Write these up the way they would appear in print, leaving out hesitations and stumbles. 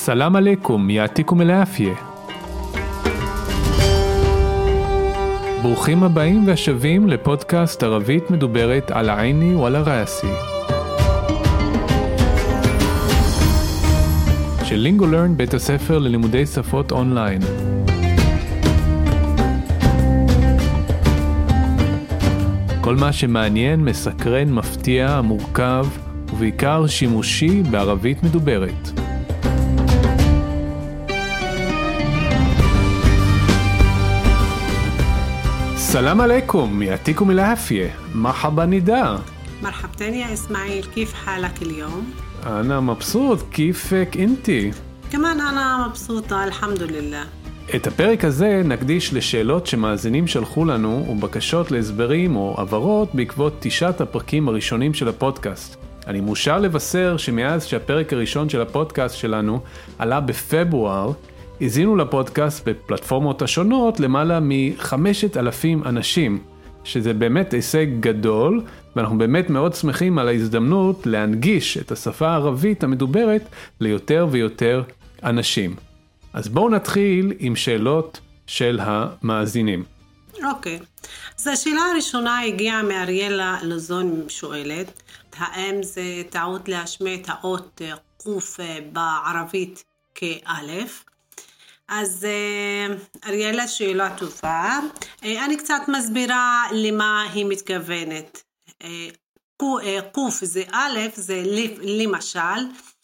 סלام עליכום, יעתיקום אל-עאפיה. ברוכים הבאים והשבים לפודקאסט ערבית מדוברת על העיני ועל הראסי. של לינגולרן, בית הספר ללימודי שפות אונליין. כל מה שמעניין, מסקרן, מפתיע, מורכב ובעיקר שימושי בערבית מדוברת. السلام عليكم يعطيكم العافية مرحبا نداء مرحبتين يا إسماعيل كيف حالك اليوم؟ أنا مبسوط كيفك أنتي؟ كمان أنا مبسوطة الحمد لله. את הפרק הזה נקדיש לשאלות שמאזינים שלחו לנו ובקשות להסברים או עברות בעקבות 9 הפרקים הראשונים של הפודקאסט. אני מאושר לבשר שמאז שהפרק הראשון של הפודקאסט שלנו עלה בפברואר, הזינו לפודקאסט בפלטפורמות השונות למעלה מ-5,000 אנשים, שזה באמת הישג גדול, ואנחנו באמת מאוד שמחים על ההזדמנות להנגיש את השפה הערבית המדוברת ליותר ויותר אנשים. אז בואו נתחיל עם שאלות של המאזינים. אוקיי, אז השאלה הראשונה הגיעה מאריאלה לוזון שואלת, האם זה טעות להשמיע את האות קוף בערבית כאלף? אז אריאלה שאלה טובה, אני קצת מסבירה למה היא מתכוונת. קוף זה א', זה למשל,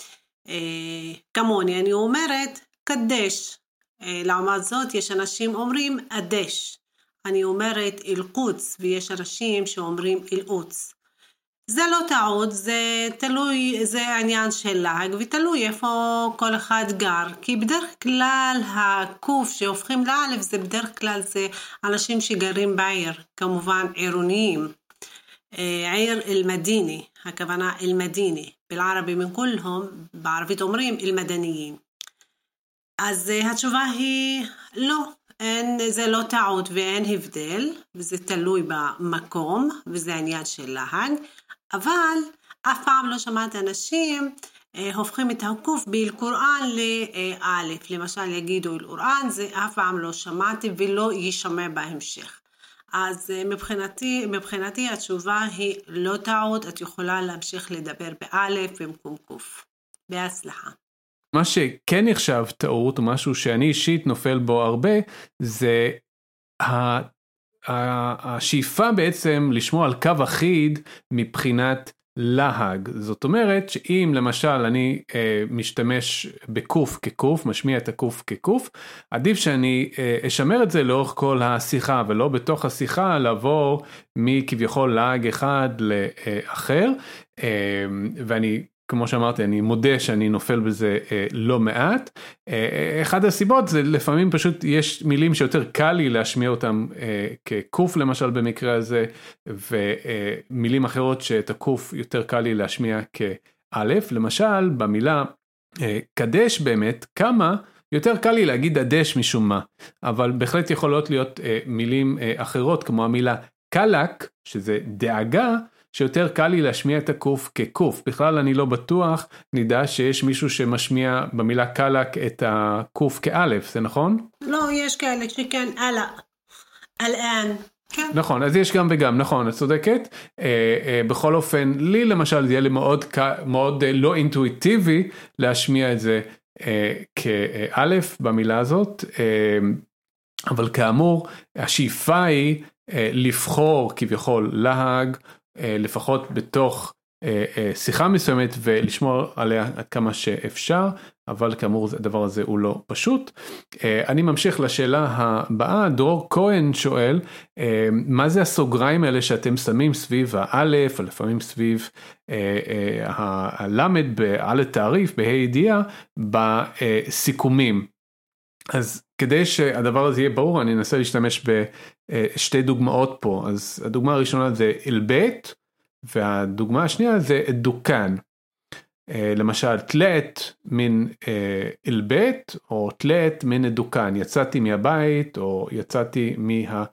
כמוני אני אומרת קדש, לעומת זאת יש אנשים אומרים אדש, אני אומרת אל-קודס ויש אנשים שאומרים אל-קודס. זה לא טעות, זה תלוי, זה העניין של להג, ותלוי איפה כל אחד גר, כי בדרך כלל הקוף שהופכים לאלף, זה בדרך כלל זה אנשים שגרים בעיר, כמובן עירוניים, עיר אל-מדיני, הכוונה אל-מדיני, בערבי מן כולם, בערבית אומרים אל-מדניים. אז התשובה היא לא, זה לא טעות ואין הבדל, וזה תלוי במקום, וזה העניין של להג, אבל אף פעם לא שמעת אנשים הופכים את הקוף באל-קוראן לאלף. למשל יגידו אל-קוראן, זה אף פעם לא שמעתי ולא יישמע בהמשך. אז מבחינתי התשובה היא לא טעות, את יכולה להמשיך לדבר באלף במקום קוף. בהצלחה. מה שכן נחשב טעות, או משהו שאני אישית נופל בו הרבה, זה השאיפה בעצם לשמוע על קו אחיד מבחינת להג. זאת אומרת שאם למשל אני משתמש בקוף כקוף, משמיע את הקוף כקוף, עדיף שאני אשמר את זה לאורך כל השיחה, ולא בתוך השיחה לעבור מכביכול להג אחד לאחר, ואני כמו שאמרתי, אני מודה שאני נופל בזה לא מעט. אחד הסיבות זה לפעמים פשוט יש מילים שיותר קל לי להשמיע אותם כקוף למשל במקרה הזה, ומילים אחרות שאת הקוף יותר קל לי להשמיע כאלף. למשל במילה קדש באמת, כמה יותר קל לי להגיד אדש משום מה, אבל בהחלט יכולות להיות מילים אחרות כמו המילה קלק, שזה דאגה, שיותר קל לי להשמיע את הקוף כקוף. בכלל אני לא בטוח, נדע שיש מישהו שמשמיע במילה קלק את הקוף כאלף, זה נכון? לא, יש כאלה שכן, אלאן. כן. נכון, אז יש גם וגם, נכון, את צודקת. בכל אופן, לי למשל זה יהיה לי מאוד לא אינטואיטיבי להשמיע את זה כאלף במילה הזאת, אבל כאמור, השאיפה היא לבחור כביכול להג, לפחות בתוך שיחה מסוימת ולשמור עליה עד כמה שאפשר, אבל כאמור הדבר הזה הוא לא פשוט. אני ממשיך לשאלה הבאה. דרור כהן שואל, מה זה הסוגריים האלה שאתם שמים סביב האלף, או לפעמים סביב הלמד בעל התעריף, בה"א ידיעה, בסיכומים? אז כדי שהדבר הזה יהיה ברור, אני אנסה להשתמש בשתי דוגמאות פה. אז הדוגמה הראשונה זה אל-בית, והדוגמה השנייה זה דוקן. למשל, תלת מן אל-בית, או תלת מן דוקן. יצאתי מהבית, או יצאתי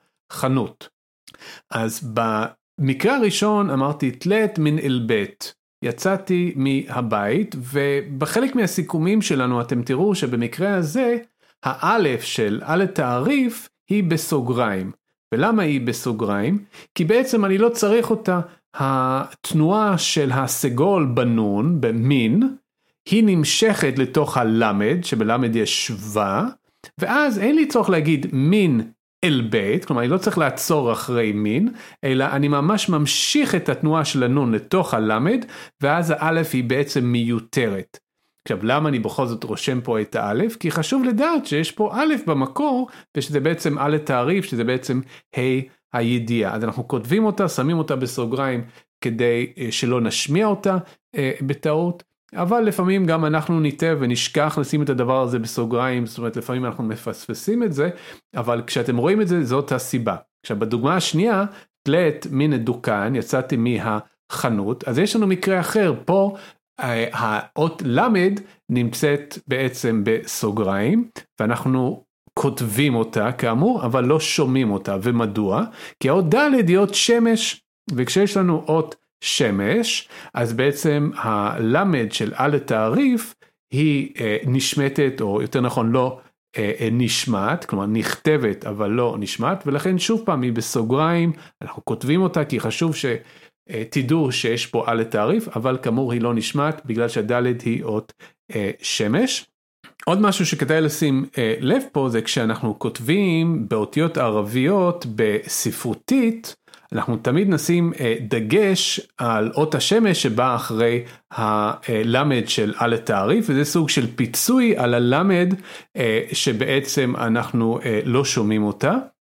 מהחנות. אז במקרה הראשון אמרתי תלת מן אל-בית. יצאתי מהבית, ובחלק מהסיכומים שלנו אתם תראו שבמקרה הזה, האלף של על התעריף היא בסוגריים. ולמה היא בסוגריים? כי בעצם אני לא צריך אותה. התנועה של הסגול בנון, במין, היא נמשכת לתוך הלמד, שבלמד יש שווה, ואז אין לי צורך להגיד מין אל בית, כלומר אני לא צריך לעצור אחרי מין, אלא אני ממש ממשיך את התנועה של הנון לתוך הלמד, ואז האלף היא בעצם מיותרת. עכשיו למה אני בכל זאת רושם פה את האלף? כי חשוב לדעת שיש פה אלף במקור, ושזה בעצם על התעריף, שזה בעצם הידיעה. אז אנחנו כותבים אותה, שמים אותה בסוגריים, כדי שלא נשמיע אותה בטעות, אבל לפעמים גם אנחנו ניטה ונשכח לשים את הדבר הזה בסוגריים, זאת אומרת לפעמים אנחנו מפספסים את זה, אבל כשאתם רואים את זה, זאת הסיבה. עכשיו בדוגמה השנייה, תלת מן דוכן, יצאתי מהחנות, אז יש לנו מקרה אחר, פה האות למד נמצאת בעצם בסוגריים, ואנחנו כותבים אותה כאמור, אבל לא שומעים אותה, ומדוע? כי האות ד' היא אות שמש, וכשיש לנו אות שמש, אז בעצם הלמד של על התעריף היא נשמטת, או יותר נכון לא נשמט, כלומר נכתבת אבל לא נשמט, ולכן שוב פעם היא בסוגריים, אנחנו כותבים אותה כי חשוב שתדעו שיש פה על התעריף, אבל כאמור היא לא נשמט, בגלל שהדלת היא אות שמש. עוד משהו שכדאי לשים לב פה, זה כשאנחנו כותבים באותיות ערביות בספרותית, אנחנו תמיד נשים דגש על אות השמש שבא אחרי הלמד של על התעריף, וזה סוג של פיצוי על הלמד שבעצם אנחנו לא שומעים אותה.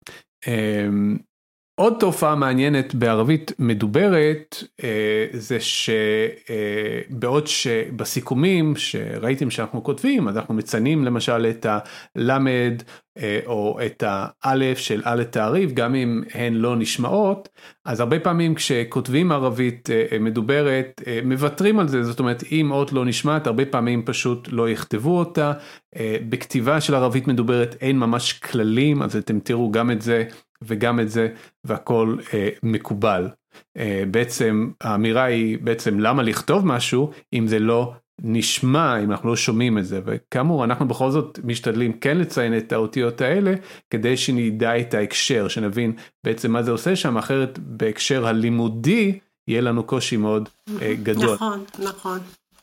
עוד תופעה מעניינת בערבית מדוברת, זה שבעוד שבסיכומים שראיתם שאנחנו כותבים, אז אנחנו מציינים למשל את הלמד או את האלף של על התעריף, גם אם הן לא נשמעות, אז הרבה פעמים כשכותבים ערבית מדוברת, מוותרים על זה, זאת אומרת אם אות לא נשמעת, הרבה פעמים פשוט לא יכתבו אותה, בכתיבה של ערבית מדוברת אין ממש כללים, אז אתם תראו גם את זה, וגם את זה, והכל מקובל. בעצם האמירה היא בעצם למה לכתוב משהו אם זה לא נשמע, אם אנחנו לא שומעים את זה, וכאמור אנחנו בכל זאת משתדלים כן לציין את האותיות האלה, כדי שנדע את ההקשר, שנבין בעצם מה זה עושה שם, אחרת בהקשר הלימודי יהיה לנו קושי מאוד גדול. נכון, נכון.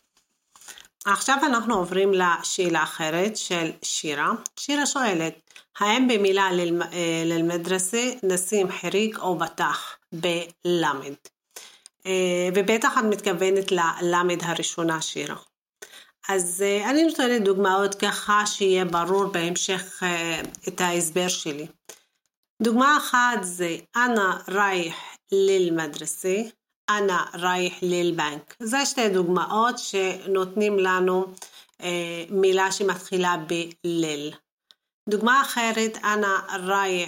עכשיו אנחנו עוברים לשאלה אחרת של שירה. שירה שואלת, האם במילה למדרסה נשים חריק או בטח בלמד? ובטח את מתכוונת ללמד הראשונה שירה. אז אני נותנת דוגמאות ככה שיהיה ברור בהמשך את ההסבר שלי. דוגמה אחת זה אנה רייח ללמדרסה, אנה רייח ללבנק. זה שתי דוגמאות שנותנים לנו מילה שמתחילה בליל. דוגמה אחרת, אנה רייח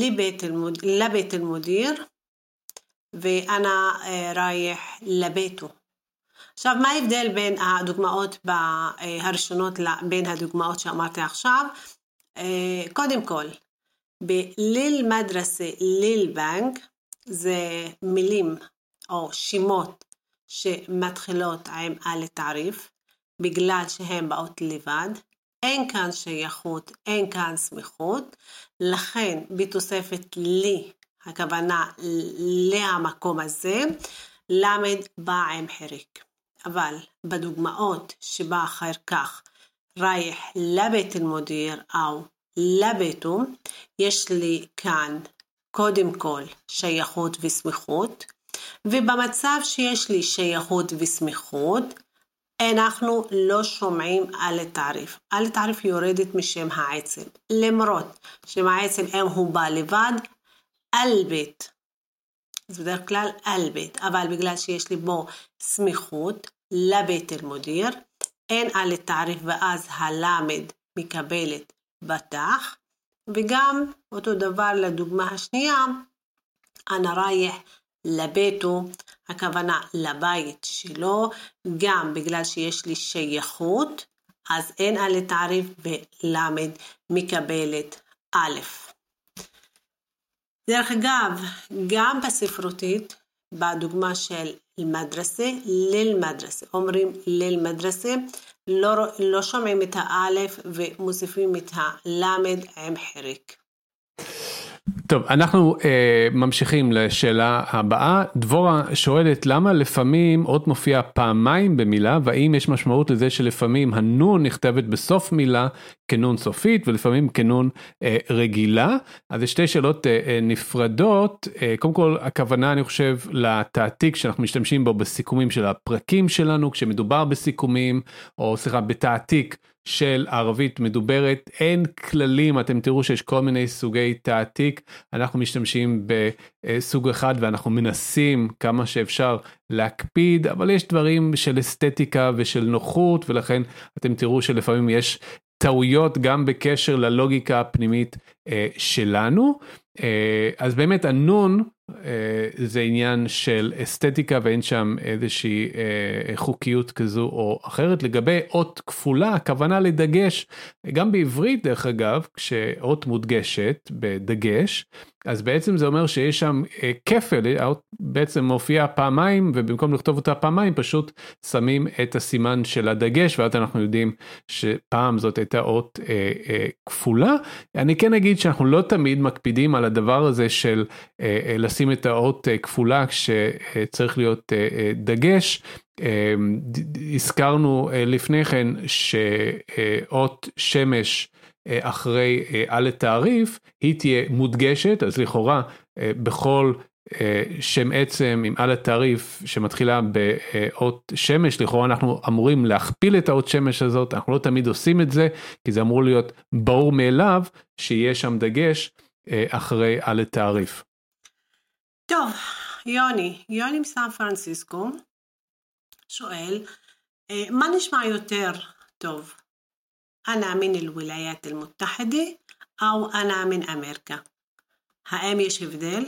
לבית המדיר, ואנה רייח לביתו. עכשיו, מה ההבדל בין הדוגמאות הראשונות בין הדוגמאות שאמרתי עכשיו? קודם כל, בליל מדרסה, ליל בנק, זה מילים או שמות שמתחילות עם על התעריף, בגלל שהן באות לבד, אין כאן שייכות, אין כאן סמיכות, לכן בתוספת לי, הכוונה למקום הזה, למד בא עם חריק. אבל בדוגמאות שבא אחר כך, רייח לבית המדיר או לביתו, יש לי כאן קודם כל שייכות וסמיכות, ובמצב שיש לי שייכות וסמיכות, אנחנו לא שומעים על התעריף. על התעריף יורדת משם העצם. למרות שמעצם אם הוא בא לבד, על בית. זה בדרך כלל על בית. אבל בגלל שיש לי בו סמיכות, לבית המדיר, אין על התעריף ואז הלמד מקבלת בטח. וגם אותו דבר לדוגמה השנייה, אנה רייח לביתו, הכוונה לבית שלו, גם בגלל שיש לי שייכות, אז אין על התעריף ולמד מקבלת א'. דרך אגב, גם בספרותית, בדוגמה של المدرسة, للمدرسة, אומרים للمدرسة, לא שומעים את האלף ומוסיפים את הלמד עם חיריק. טוב, אנחנו ממשיכים לשאלה הבאה. דבורה שואלת למה לפעמים אות מופיע פעמיים במילה, והאם יש משמעות לזה שלפעמים הנון נכתבת בסוף מילה כנון סופית, ולפעמים כנון רגילה. אז יש שתי שאלות נפרדות. קודם כל, הכוונה אני חושב לתעתיק שאנחנו משתמשים בו בסיכומים של הפרקים שלנו, כשמדובר בסיכומים, או סליחה, בתעתיק של ערבית מדוברת, אין כללים, אתם תראו שיש כל מיני סוגי תעתיק, אנחנו משתמשים בסוג אחד ואנחנו מנסים כמה שאפשר להקפיד, אבל יש דברים של אסתטיקה ושל נוחות, ולכן אתם תראו שלפעמים יש טעויות גם בקשר ללוגיקה הפנימית שלנו. אז באמת הנון זה עניין של אסתטיקה ואין שם איזושהי חוקיות כזו או אחרת. לגבי אות כפולה, הכוונה לדגש, גם בעברית דרך אגב, כשאות מודגשת בדגש, אז בעצם זה אומר שיש שם כפל, האות בעצם מופיע פעמיים, ובמקום לכתוב אותה פעמיים, פשוט שמים את הסימן של הדגש, ואז אנחנו יודעים שפעם זאת הייתה אות כפולה. אני כן אגיד שאנחנו לא תמיד מקפידים על הדבר הזה של לשים את האות כפולה, כשצריך להיות דגש. הזכרנו לפני כן שאות שמש אחרי על התעריף, היא תהיה מודגשת, אז לכאורה בכל שם עצם עם על התעריף שמתחילה באות שמש, לכאורה אנחנו אמורים להכפיל את האות שמש הזאת, אנחנו לא תמיד עושים את זה, כי זה אמור להיות ברור מאליו שיש שם דגש אחרי על התעריף. טוב, יוני מסן פרנסיסקו שואל, מה נשמע יותר טוב? أنا من الولايات المتحدة أو أنا من أمريكا. האם יש הבדל?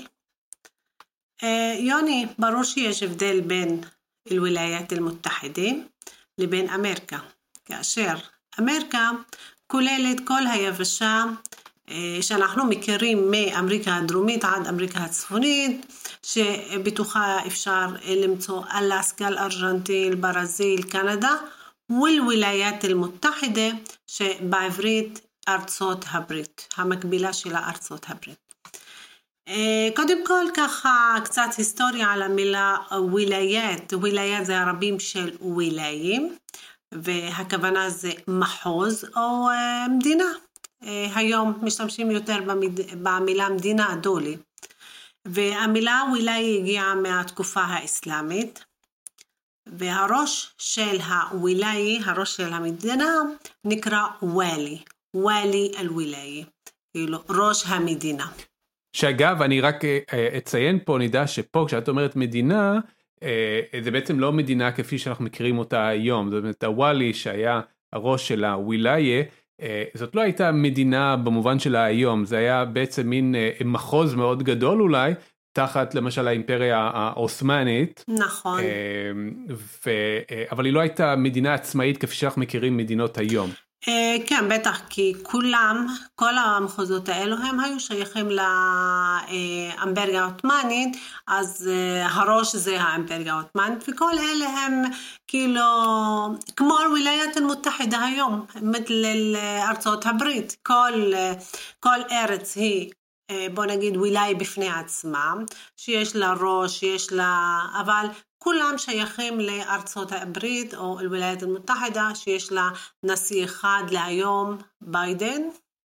יוני, ברור שיש הבדל בין الولايات المتحدة לבין אמריקה. כאשר אמריקה כוללת כל היבשה שאנחנו מכירים מאמריקה הדרומית עד אמריקה הצפונית, שבתוכה אפשר למצוא אלסקה, ארגנטינה, ברזיל, קנדה, والولايات المتحدة שבעברית ארצות הברית, המקבילה של ארצות הברית. קודם כל ככה קצת היסטוריה על המילה וילאיית. וילאיית זה הרבים של וילאים, והכוונה זה מחוז או מדינה. היום משתמשים יותר במילה מדינה, דולי. והמילה וילאי הגיעה מהתקופה האסלאמית, והראש של הווילאי, הראש של המדינה, נקרא ואלי, ואלי אל-וילאי, כאילו ראש המדינה. שאגב, אני רק אציין פה, נדע שפה כשאת אומרת מדינה, זה בעצם לא מדינה כפי שאנחנו מכירים אותה היום, זאת אומרת, הוואלי שהיה הראש של הווילאי, זאת לא הייתה מדינה במובן שלה היום, זה היה בעצם מין מחוז מאוד גדול אולי, תחת למשל האימפריה האוסמנית. נכון. אבל היא לא הייתה מדינה עצמאית כפי שאנחנו מכירים מדינות היום. כן, בטח, כי כולם, כל המחוזות האלו הם היו שייכים לאימפריה האותמנית, אז הראש זה האימפריה האותמנית, וכל אלה הם כאילו כמו הווילאיית המתחדה היום, مثل ארצות הברית. כל ארץ היא, בוא נגיד, וילאי בפני עצמה, שיש לה ראש, שיש לה, אבל כולם שייכים לארצות הברית או الولايات المتحدة, שיש לה נשיא אחד להיום, ביידן.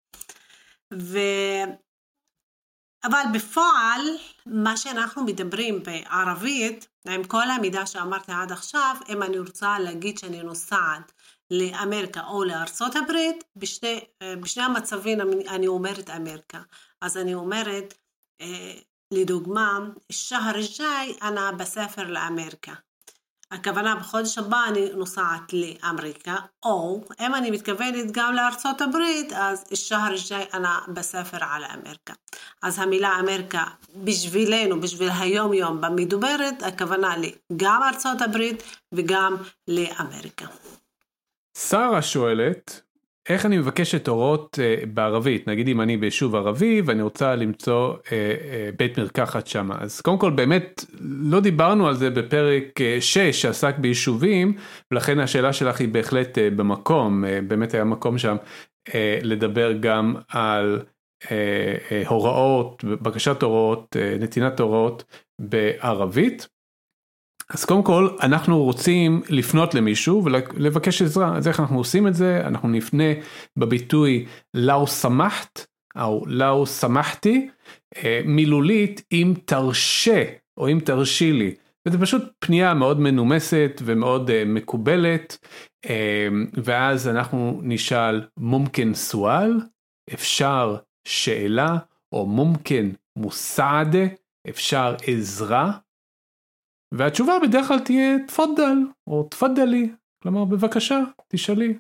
אבל בפועל, מה שאנחנו מדברים בערבית, עם כל המידע שאמרתי עד עכשיו, אם אני רוצה להגיד שאני נוסעת לאמריקה או לארצות הברית, בשני המצבים אני אומרת אמריקה. אז אני אומרת, לדוגמה, الشهر الجاي أنا بسافر لأمريكا. הכוונה בחודש הבא אני נוסעת לאמריקה, או אם אני מתכוונת גם לארצות הברית, אז الشهر الجاي أنا بسافر على أمريكا. אז המילה אמריקה בשבילנו, בשביל היום יום במדוברת, הכוונה לי גם ארצות הברית וגם לאמריקה. שרה שואלת, איך אני מבקש את אורות בערבית? נגיד אם אני ביישוב ערבי ואני רוצה למצוא בית מרקחת שם. אז קודם כל באמת לא דיברנו על זה בפרק 6 שעסק ביישובים, ולכן השאלה שלך היא בהחלט במקום, באמת היה מקום שם לדבר גם על הוראות, בקשת הוראות, נתינת הוראות בערבית. אז קודם כל אנחנו רוצים לפנות למישהו ולבקש עזרה. אז איך אנחנו עושים את זה? אנחנו נפנה בביטוי לאו סמחת או לאו סמחתי, מילולית אם תרשה או אם תרשי לי. וזה פשוט פנייה מאוד מנומסת ומאוד מקובלת, ואז אנחנו נשאל מומקן סואל, אפשר שאלה, או מומקן מוסעדה, אפשר עזרה, והתשובה בדרך כלל תהיה תפדל, או תפדלי, כלומר בבקשה, תשאלי.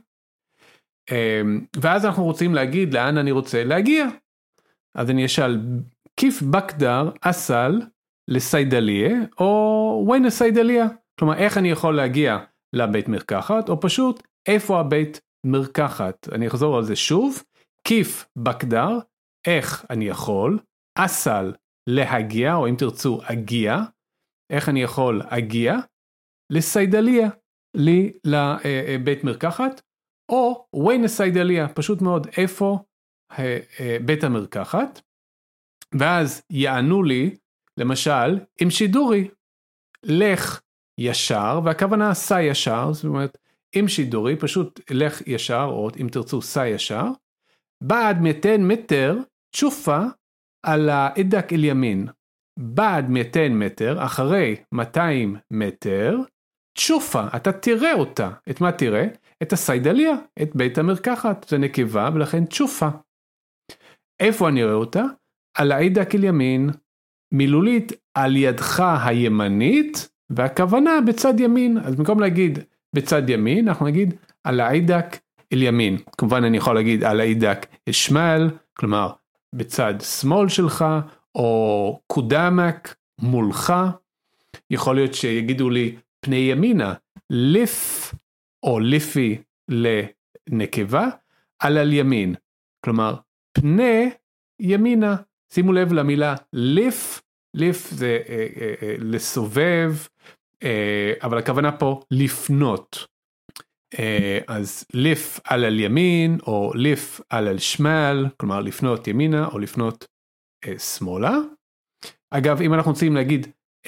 ואז אנחנו רוצים להגיד לאן אני רוצה להגיע. אז אני אשאל, כיף בקדר אסל לסיידליה, או ווין הסיידליה, כלומר איך אני יכול להגיע לבית מרקחת, או פשוט איפה הבית מרקחת. אני אחזור על זה שוב, כיף בקדר, איך אני יכול, אסל להגיע, או אם תרצו אגיע, איך אני יכול להגיע לסיידליה, לי לבית מרקחת, או ווין הסיידליה, פשוט מאוד איפה בית המרקחת, ואז יענו לי, למשל, עם שידורי, לך ישר, והכוונה סע ישר, זאת אומרת, עם שידורי, פשוט לך ישר, או אם תרצו סע ישר, בעד 200 מטר, תשופה על העדק אל ימין, בעד 200 מטר, אחרי 200 מטר, תשופה, אתה תראה אותה, את מה תראה? את הסיידליה, את בית המרקחת, זה נקבה, ולכן תשופה. איפה אני רואה אותה? על העדק אל ימין, מילולית על ידך הימנית, והכוונה בצד ימין, אז במקום להגיד בצד ימין, אנחנו נגיד על העדק אל ימין. כמובן אני יכול להגיד על העדק אל שמאל, כלומר בצד שמאל שלך, או קודמק מולך. יכול להיות שיגידו לי פני ימינה, ליף או ליפי לנקבה, על ימין. כלומר פני ימינה. שימו לב למילה ליף, ליף זה לסובב, אבל הכוונה פה לפנות. אז ליף על ימין, או ליף על שמאל, כלומר לפנות ימינה, או לפנות שמאלה. אגב, אם אנחנו רוצים להגיד,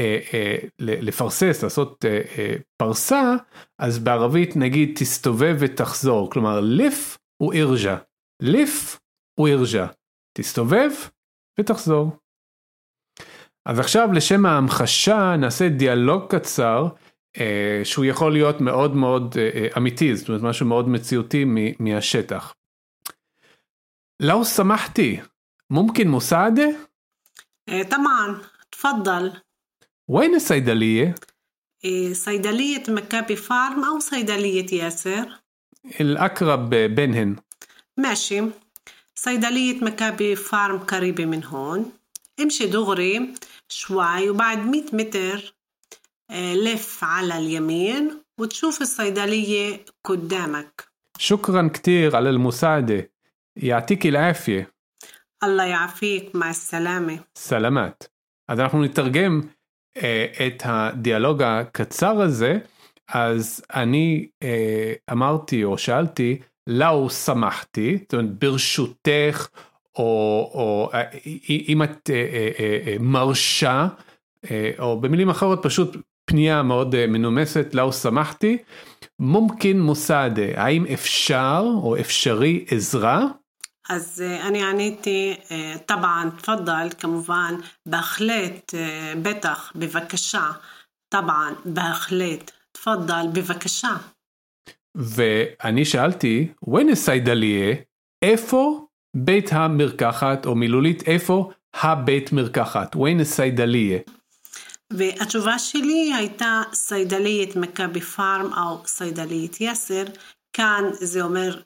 לפרסס, לעשות פרסה, אז בערבית נגיד תסתובב ותחזור, כלומר ליף הוא אירג'ה, ליף הוא אירג'ה, תסתובב ותחזור. אז עכשיו לשם ההמחשה נעשה דיאלוג קצר, שהוא יכול להיות מאוד מאוד אמיתי, זאת אומרת משהו מאוד מציאותי מהשטח. לאו סמחתי, ممكن مساعدة؟ طبعا تفضل. وين الصيدلية؟ صيدلية مكابي فارم أو صيدلية ياسر؟ الأقرب بينهن. ماشي، صيدلية مكابي فارم قريبة من هون، امشي دغري شوي وبعد 100 متر لف على اليمين وتشوف الصيدلية قدامك. شكرا كتير على المساعدة، يعطيك العافية. الله يعافيك، مع السلامة. סלמת. אז אנחנו נתרגם את הדיאלוג הקצר הזה. אז אני אמרתי או שאלתי, לאו שמחתי, זאת אומרת ברשותך, או אם את מרשה, או במילים אחרות פשוט פנייה מאוד מנומסת, לאו שמחתי, מומקין מוסעדה, האם אפשר או אפשרי עזרה? אז אני עניתי, طبعا תפדל, כמובן, בהחלט, בטח, בבקשה, طبعا, בהחלט, תפדל, בבקשה. ואני שאלתי, ווין הסיידליה, איפה בית המרקחת, או מילולית, איפה הבית מרקחת, ווין הסיידליה? והתשובה שלי הייתה סיידליית מכבי פארם, או סיידליית יאסר. כאן זה אומר,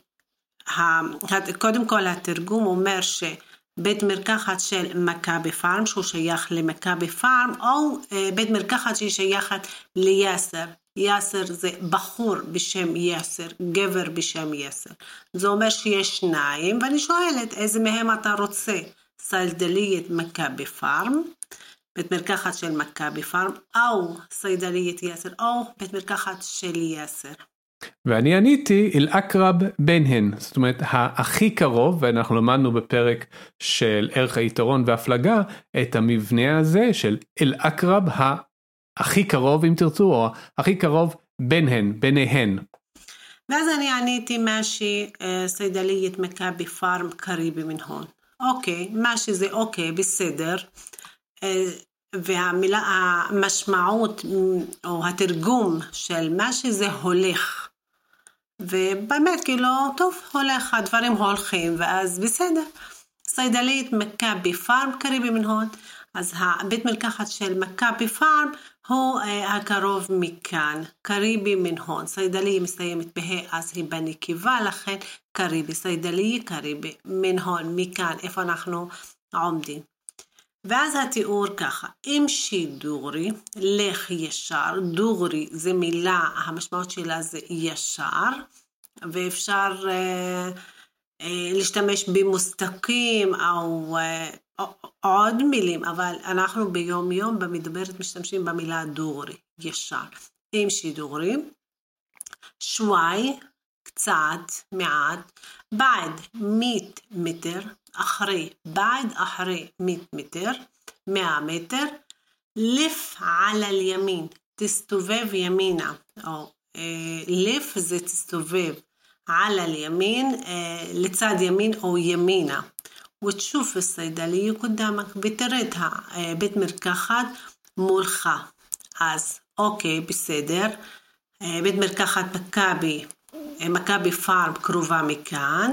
קודם כל התרגום אומר שבית מרקחת של מכבי פארם שהוא שייך למכבי פארם, או בית מרקחת שהיא שייכת ליאסר. יאסר זה בחור בשם יאסר, גבר בשם יאסר. זה אומר שיש שניים, ואני שואלת איזה מהם אתה רוצה. סיידליית מכבי פארם, בית מרקחת של מכבי פארם, או סיידליית יאסר, או בית מרקחת של יאסר. ואני עניתי אל-אקרב ביניהן, זאת אומרת הכי קרוב, ואנחנו למדנו בפרק של ערך היתרון והפלגה, את המבנה הזה של אל-אקרב הכי קרוב אם תרצו, או הכי קרוב ביניהן. ואז אני עניתי משי סיידליית מכבי פארם קריבי מנהון. אוקיי, משי זה אוקיי, בסדר. והמילה, המשמעות או התרגום של משי זה הולך. ובאמת כאילו, טוב, הולך, הדברים הולכים, ואז בסדר. סיידלית מכבי פארם קריבי מנהון, אז הבית מרקחת של מכבי פארם הוא הקרוב מכאן, קריבי מנהון. סיידלי מסתיימת בה' אז היא בנקבה, לכן קריבי, סיידלי קריבי מנהון, מכאן, איפה אנחנו עומדים. ואז התיאור ככה, אמשי דוגרי, לך ישר, דוגרי זה מילה, המשמעות שלה זה ישר, ואפשר להשתמש במוסתקים או עוד מילים, אבל אנחנו ביום יום במדברת משתמשים במילה דוגרי, ישר. אמשי דוגרי, שוואי, קצת, מעט, בעד, 100 מטר, אחרי, בעד אחרי 100 מטר, 100 מטר, לף על הימין, תסתובב ימינה, או לף זה תסתובב על הימין, לצד ימין או ימינה, ותשוף הסיידלי קודמק, ותראה את הבית מרקחת מולך, אז אוקיי, בסדר, בית מרקחת מכבי פארם קרובה מכאן,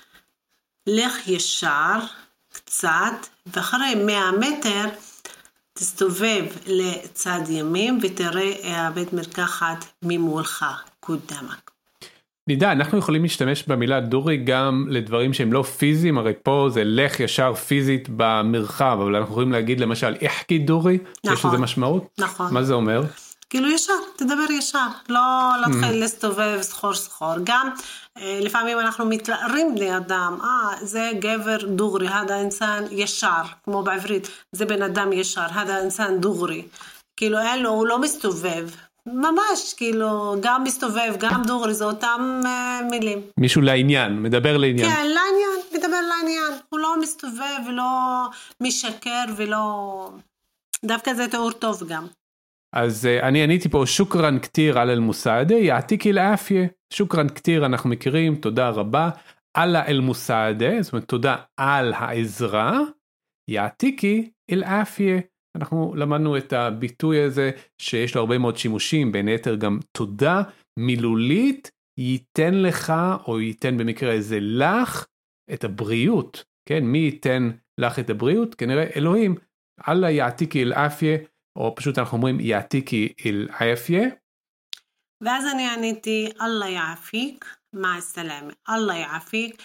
לך ישר, קצת, ואחרי 100 מטר תסתובב לצד ימין ותראה הבית מרקחת ממולך, קודמק. נידה, אנחנו יכולים להשתמש במילה דורי גם לדברים שהם לא פיזיים, הרי פה זה לך ישר פיזית במרחב, אבל אנחנו יכולים להגיד למשל, אחקי דורי, נכון, יש לזה משמעות? נכון. מה זה אומר? כאילו ישר, תדבר ישר, לא להתחיל להסתובב סחור. גם לפעמים אנחנו מתלארים בני אדם, זה גבר דוגרי, הדה אינסן ישר, כמו בעברית, זה בן אדם ישר, הדה אינסן דוגרי. כאילו אלו, הוא לא מסתובב, ממש, כאילו, גם מסתובב, גם דוגרי, זה אותם מילים. מישהו לעניין, מדבר לעניין. כן, לעניין, מדבר לעניין, הוא לא מסתובב ולא משקר ולא... דווקא זה תיאור טוב גם. אז אני עניתי פה שוקרן כתיר על אל-מוסעדה, יעתיקי לאפיה. שוקרן כתיר אנחנו מכירים, תודה רבה. על אל-מוסעדה, זאת אומרת תודה על העזרה. יעתיקי אל-אפיה. אנחנו למדנו את הביטוי הזה שיש לו הרבה מאוד שימושים, בין היתר גם תודה מילולית, ייתן לך או ייתן במקרה הזה לך את הבריאות. כן, מי ייתן לך את הבריאות? כנראה אלוהים. אללה יעתיקי אל-אפיה. או פשוט אנחנו אומרים יעתיקי אל-עפיה. ואז אני עניתי אללה יעפיק, מה הסלאמה, אללה יעפיק,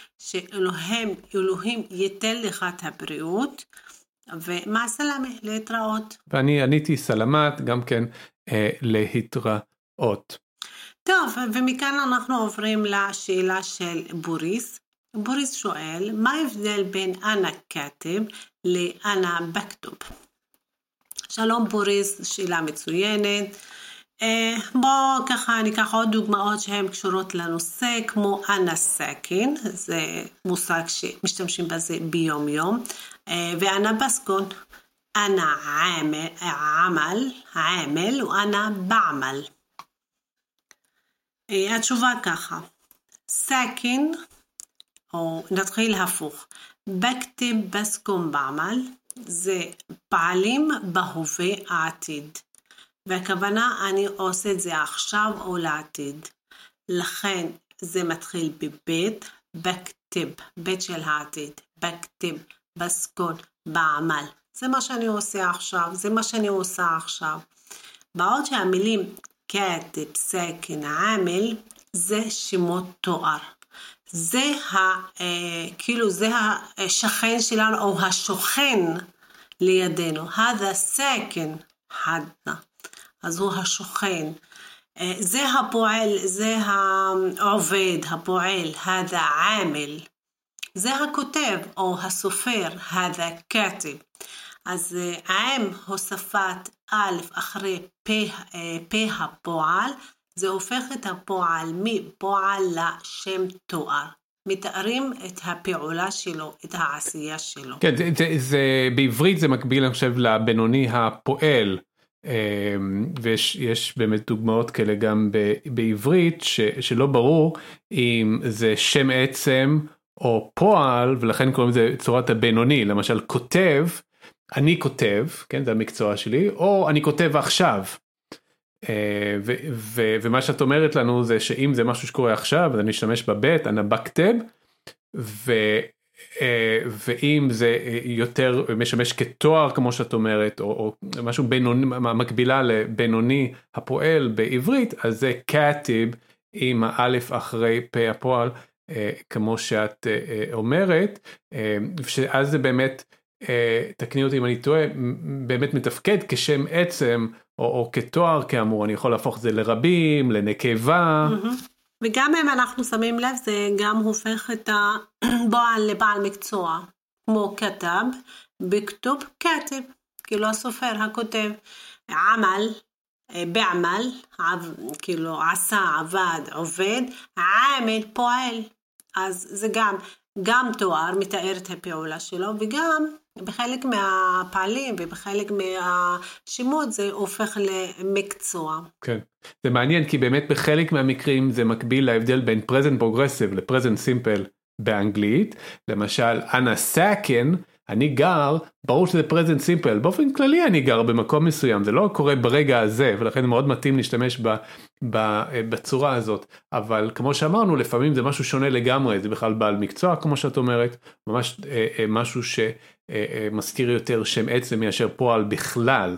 שאלוהים ייתן לך את הבריאות, ומה הסלאמה, להתראות. ואני עניתי סלמת, גם כן להתראות. טוב, ומכאן אנחנו עוברים לשאלה של בוריס. בוריס שואל, מה ההבדל בין אנה כתב לאנה בכתוב? שלום בוריס, שאלה מצוינת. בוא ככה ניקח עוד דוגמאות שהן קשורות לנושא, כמו אנה סכין, זה מושג שמשתמשים בזה ביום יום, ואנה בסקון, אנה עמל ואנה בעמל. התשובה ככה, סכין, או נתחיל הפוך, בכתב בסקון בעמל, זה פעלים בהווה העתיד, והכוונה אני עושה את זה עכשיו או לעתיד, לכן זה מתחיל בבית, בכתב, בית של העתיד, בכתב, בסקון, בעמל, זה מה שאני עושה עכשיו, זה מה שאני עושה עכשיו. בעוד שהמילים כתב, סכין, עמל, זה שמות תואר. זה כאילו זה השכן שלנו או השוכן לידינו, הדה סכן חדנה, אז הוא השוכן, זה הפועל, זה העובד, הפועל, هذا عامل. זה הכותב או הסופר, هذا كاتب. אז עם הוספת א' אחרי פה הפועל, זה הופך את הפועל מפועל לשם תואר. מתארים את הפעולה שלו, את העשייה שלו. כן, בעברית זה מקביל, אני חושב, לבינוני הפועל, ויש באמת דוגמאות כאלה גם בעברית, שלא ברור אם זה שם עצם או פועל, ולכן קוראים לזה צורת הבינוני, למשל כותב, אני כותב, כן, זה המקצוע שלי, או אני כותב עכשיו. ומה שאת אומרת לנו זה שאם זה משהו שקורה עכשיו, אז אני אשתמש בבית, אני בכתב, ואם זה יותר משמש כתואר, כמו שאת אומרת, או משהו בינוני, מקבילה לבינוני הפועל בעברית, אז זה כתב עם האלף אחרי פה הפועל, כמו שאת אומרת, שאז זה באמת, תקני אותי אם אני טועה, באמת מתפקד כשם עצם, או כתואר כאמור, אני יכול להפוך את זה לרבים, לנקבה. וגם אם אנחנו שמים לב, זה גם הופך את הבועל לבעל מקצוע, כמו כתב, בכתוב כתב, כאילו הסופר, הכותב, עמל, בעמל, כאילו עשה, עבד, עובד, עמל, פועל. אז זה גם תואר מתאר את הפעולה שלו, וגם בחלק מהפעלים ובחלק מהשימות זה הופך למקצוע. כן, זה מעניין כי באמת בחלק מהמקרים זה מקביל להבדל בין present progressive ל-present simple באנגלית, למשל אנה סאקן, אני גר, ברור שזה present simple, באופן כללי אני גר במקום מסוים, זה לא קורה ברגע הזה, ולכן מאוד מתאים להשתמש בצורה הזאת, אבל כמו שאמרנו, לפעמים זה משהו שונה לגמרי, זה בכלל בעל מקצוע, כמו שאת אומרת, ממש משהו שמזכיר יותר שם עצם מאשר פועל בכלל.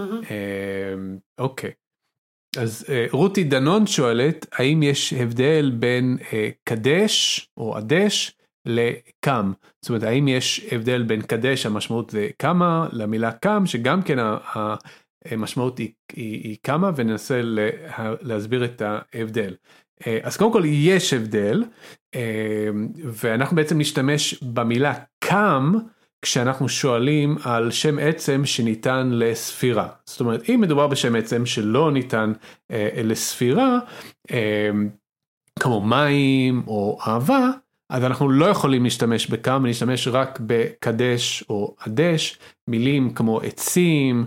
אוקיי. אז רותי דנון שואלת, האם יש הבדל בין קדש או עדש לקם? זאת אומרת, האם יש הבדל בין קדש, המשמעות זה כמה, למילה קם, שגם כן המשמעות היא כמה, וננסה להסביר את ההבדל. אז קודם כל יש הבדל, ואנחנו בעצם נשתמש במילה קם, כשאנחנו שואלים על שם עצם שניתן לספירה. זאת אומרת, אם מדובר בשם עצם שלא ניתן לספירה, כמו מים או אהבה, אז אנחנו לא יכולים להשתמש בכם, נשתמש רק בקדש או עדש, מילים כמו עצים,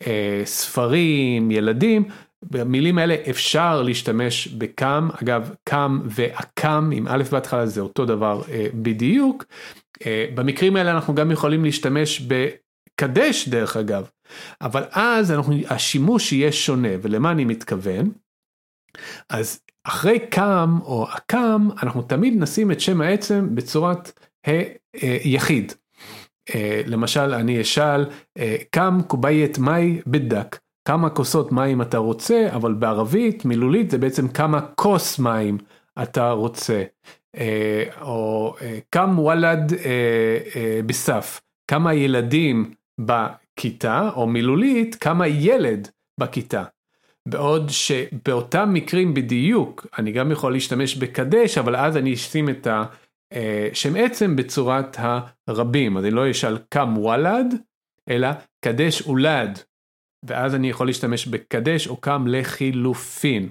ספרים, ילדים, במילים האלה אפשר להשתמש בכם, אגב, קם ואקם עם א' בהתחלה זה אותו דבר בדיוק, במקרים האלה אנחנו גם יכולים להשתמש בקדש דרך אגב, אבל אז השימוש יהיה שונה, ולמה אני מתכוון? אז אחרי קם או אקם, אנחנו תמיד נשים את שם העצם בצורת יחיד. למשל, אני אשאל, קם קוביית מי בדק, כמה כוסות מים אתה רוצה, אבל בערבית, מילולית, זה בעצם כמה כוס מים אתה רוצה. או כם וולד בסף, כמה ילדים בכיתה, או מילולית, כמה ילד בכיתה. בעוד שבאותם מקרים בדיוק, אני גם יכול להשתמש בקדש, אבל אז אני אשים את השם עצם בצורת הרבים. אז אני לא אשאל כם וולד, אלא קדש אולד. ואז אני יכול להשתמש בקדש או כם לחילופין.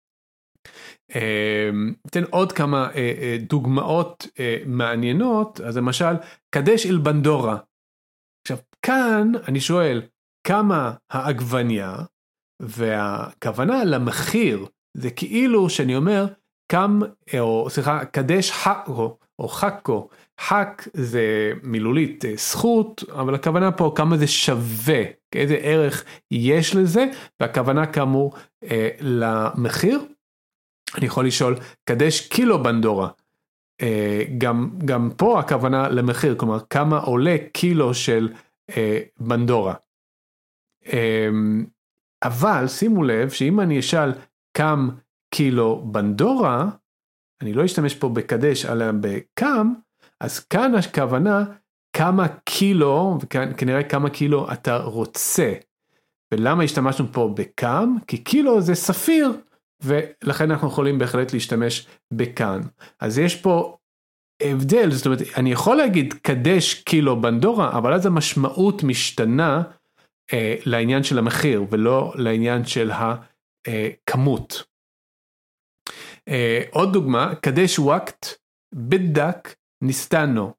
אתן עוד כמה דוגמאות מעניינות, אז למשל, קדש אל בנדורה. עכשיו, כאן אני שואל, כמה העגבניה, והכוונה למחיר, זה כאילו שאני אומר, קדש חקו, או חקו, חק זה מילולית זכות, אבל הכוונה פה כמה זה שווה, איזה ערך יש לזה, והכוונה כאמור למחיר. אני יכול לשאול, קדש קילו בנדורה, גם פה הכוונה למחיר, כלומר כמה עולה קילו של בנדורה. אבל שימו לב שאם אני אשאל כמה קילו בנדורה, אני לא אשתמש פה בקדש אלא בכם, אז כאן הכוונה כמה קילו, וכנראה כמה קילו אתה רוצה. ולמה השתמשנו פה בכם? כי קילו זה ספיר, ולכן אנחנו יכולים בהחלט להשתמש בכאן. אז יש פה הבדל, זאת אומרת, אני יכול להגיד קדש קילו בנדורה, אבל אז המשמעות משתנה לעניין של המחיר, ולא לעניין של הכמות. עוד דוגמה, קדש ווקט בדק נסתנו.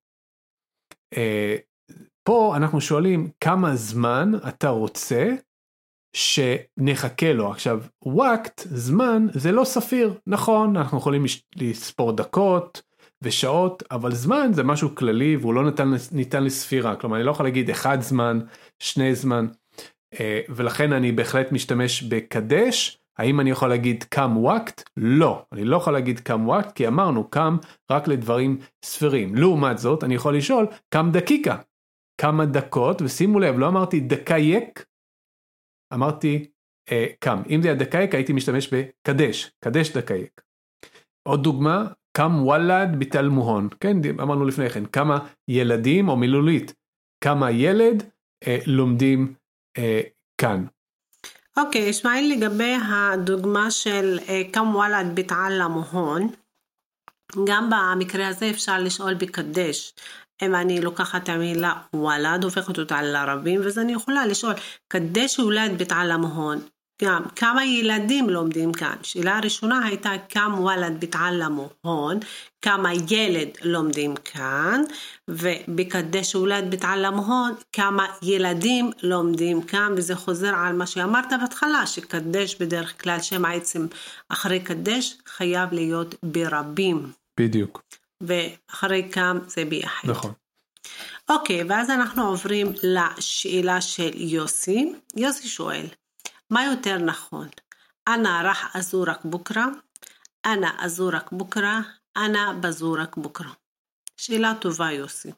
פה אנחנו שואלים כמה זמן אתה רוצה שנחכה לו. עכשיו, ווקט, זמן, זה לא ספיר, נכון, אנחנו יכולים לספור דקות ושעות, אבל זמן זה משהו כללי, והוא לא ניתן לספירה, כלומר, אני לא יכול להגיד 1 זמן, 2 זמן, ולכן אני בהחלט משתמש בקדש. האם אני יכול להגיד כם ווקט? לא, אני לא יכול להגיד כם ווקט, כי אמרנו כם רק לדברים ספירים. לעומת זאת, אני יכול לשאול כם דקיקה, כמה דקות, ושימו לב, לא אמרתי דקייק, אמרתי כם. אם זה היה דקייק, הייתי משתמש בקדש, קדש דקייק. עוד דוגמה, כם וולד ביטל מוהון, כן, אמרנו לפני כן, כמה ילדים, או מילולית, כמה ילד לומדים כאן. אוקיי, ישמעאל, לגבי הדוגמה של כם וולד ביטל מוהון, גם במקרה הזה אפשר לשאול בקדש. אם אני לוקחת את המילה וולד, הופכת אותה לערבים, ואז אני יכולה לשאול, קדש וולד ביטל מוהון, גם כמה ילדים לומדים כאן. שאלה הראשונה הייתה כם וולד ביטל מוהון, כמה ילד לומדים כאן, ובקדש וולד ביטל מוהון, כמה ילדים לומדים כאן, וזה חוזר על מה שאמרת בהתחלה, שקדש בדרך כלל שם העצם אחרי קדש חייב להיות ברבים. בדיוק. ואחרי כם זה ביחד. נכון. אוקיי, ואז אנחנו עוברים לשאלה של יוסי. יוסי שואל, מה יותר נכון? אנה רח אזורק בוקרה, אנה אזורק בוקרה, אנה בזורק בוקרה. שאלה טובה, יוסי.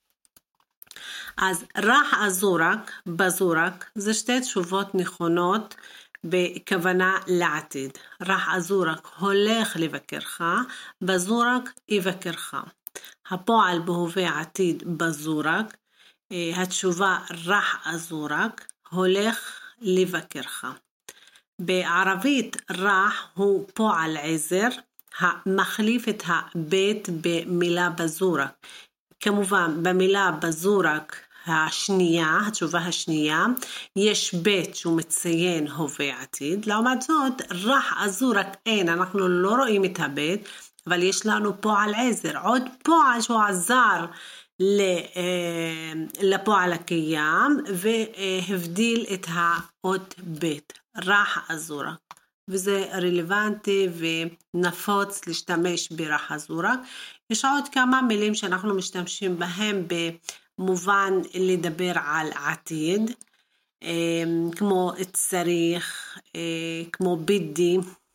אז רח אזורק, בזורק, זה שתי תשובות נכונות בכוונה לעתיד. רח אזורק הולך לבקרך, בזורק יבקרך. הפועל בהווה עתיד בזורק, התשובה רח אזורק הולך לבקרך. בערבית רח הוא פועל עזר, המחליף את הבית במילה בזורק. כמובן במילה בזורק השנייה, התשובה השנייה, יש בית שהוא מציין הווה עתיד. לעומת זאת, רח אזורק אין, אנחנו לא רואים את הבית, אבל יש לנו פועל עזר, עוד פועל שהוא עזר לפועל הקיים, והבדיל את האות בית, רח אזורק. וזה רלוונטי ונפוץ להשתמש ברח אזורק. יש עוד כמה מילים שאנחנו משתמשים בהם במובן לדבר על עתיד, כמו צריך, כמו בידי.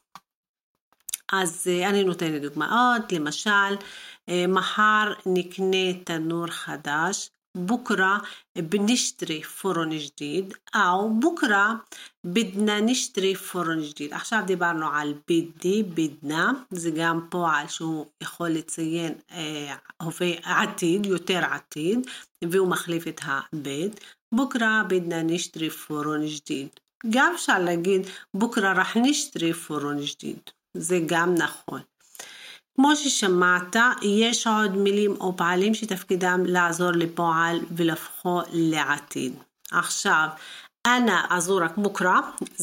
אז אני נותנת דוגמאות, למשל, מחר נקנה תנור חדש, בוקרה בנשטרי פורון ג'דיד, או בוקרה בדנה נשטרי פורון ג'דיד. עכשיו דיברנו על בידי, בדנה, זה גם פועל שהוא יכול לציין עתיד, יותר עתיד, והוא מחליף את הבית. בוקרה בדנה נשטרי פורון ג'דיד. גם אפשר להגיד בוקרה רח נשטרי פורון ג'דיד. זה גם נכון. כמו ששמעת, יש עוד מילים או פעלים שתפקידם לעזור לפועל ולהפכו לעתיד. עכשיו, אנה אזורק בוקרה,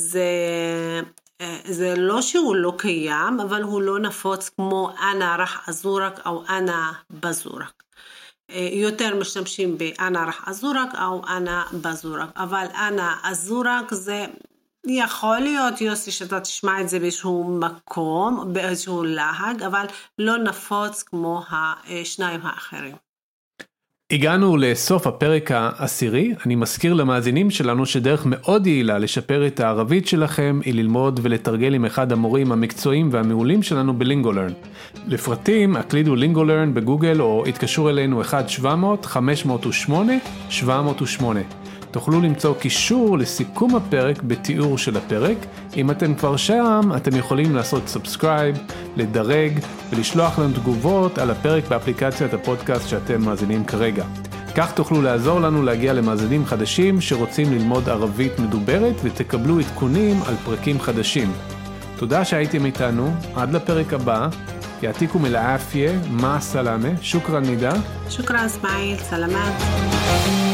זה לא שהוא לא קיים, אבל הוא לא נפוץ כמו אנה רח אזורק או אנה בזורק. יותר משתמשים באנה רח אזורק או אנה בזורק, אבל אנה אזורק זה יכול להיות, יוסי, שאתה תשמע את זה באיזשהו מקום, באיזשהו להג, אבל לא נפוץ כמו השניים האחרים. הגענו לסוף הפרק העשירי. אני מזכיר למאזינים שלנו שדרך מאוד יעילה לשפר את הערבית שלכם היא ללמוד ולתרגל עם אחד המורים המקצועיים והמעולים שלנו בלינגולרן. לפרטים הקלידו לינגולרן בגוגל או התקשרו אלינו 1-700-508-708. תוכלו למצוא קישור לסיכום הפרק בתיאור של הפרק. אם אתם כבר שם, אתם יכולים לעשות סאבסקרייב, לדרג ולשלוח לנו תגובות על הפרק באפליקציית הפודקאסט שאתם מאזינים כרגע. כך תוכלו לעזור לנו להגיע למאזינים חדשים שרוצים ללמוד ערבית מדוברת ותקבלו עדכונים על פרקים חדשים. תודה שהייתם איתנו, עד לפרק הבא, יעתיקום אל העפיה, מה סלאמה, שוקרן נידה. שוקרן אסמאעיל, סלמת.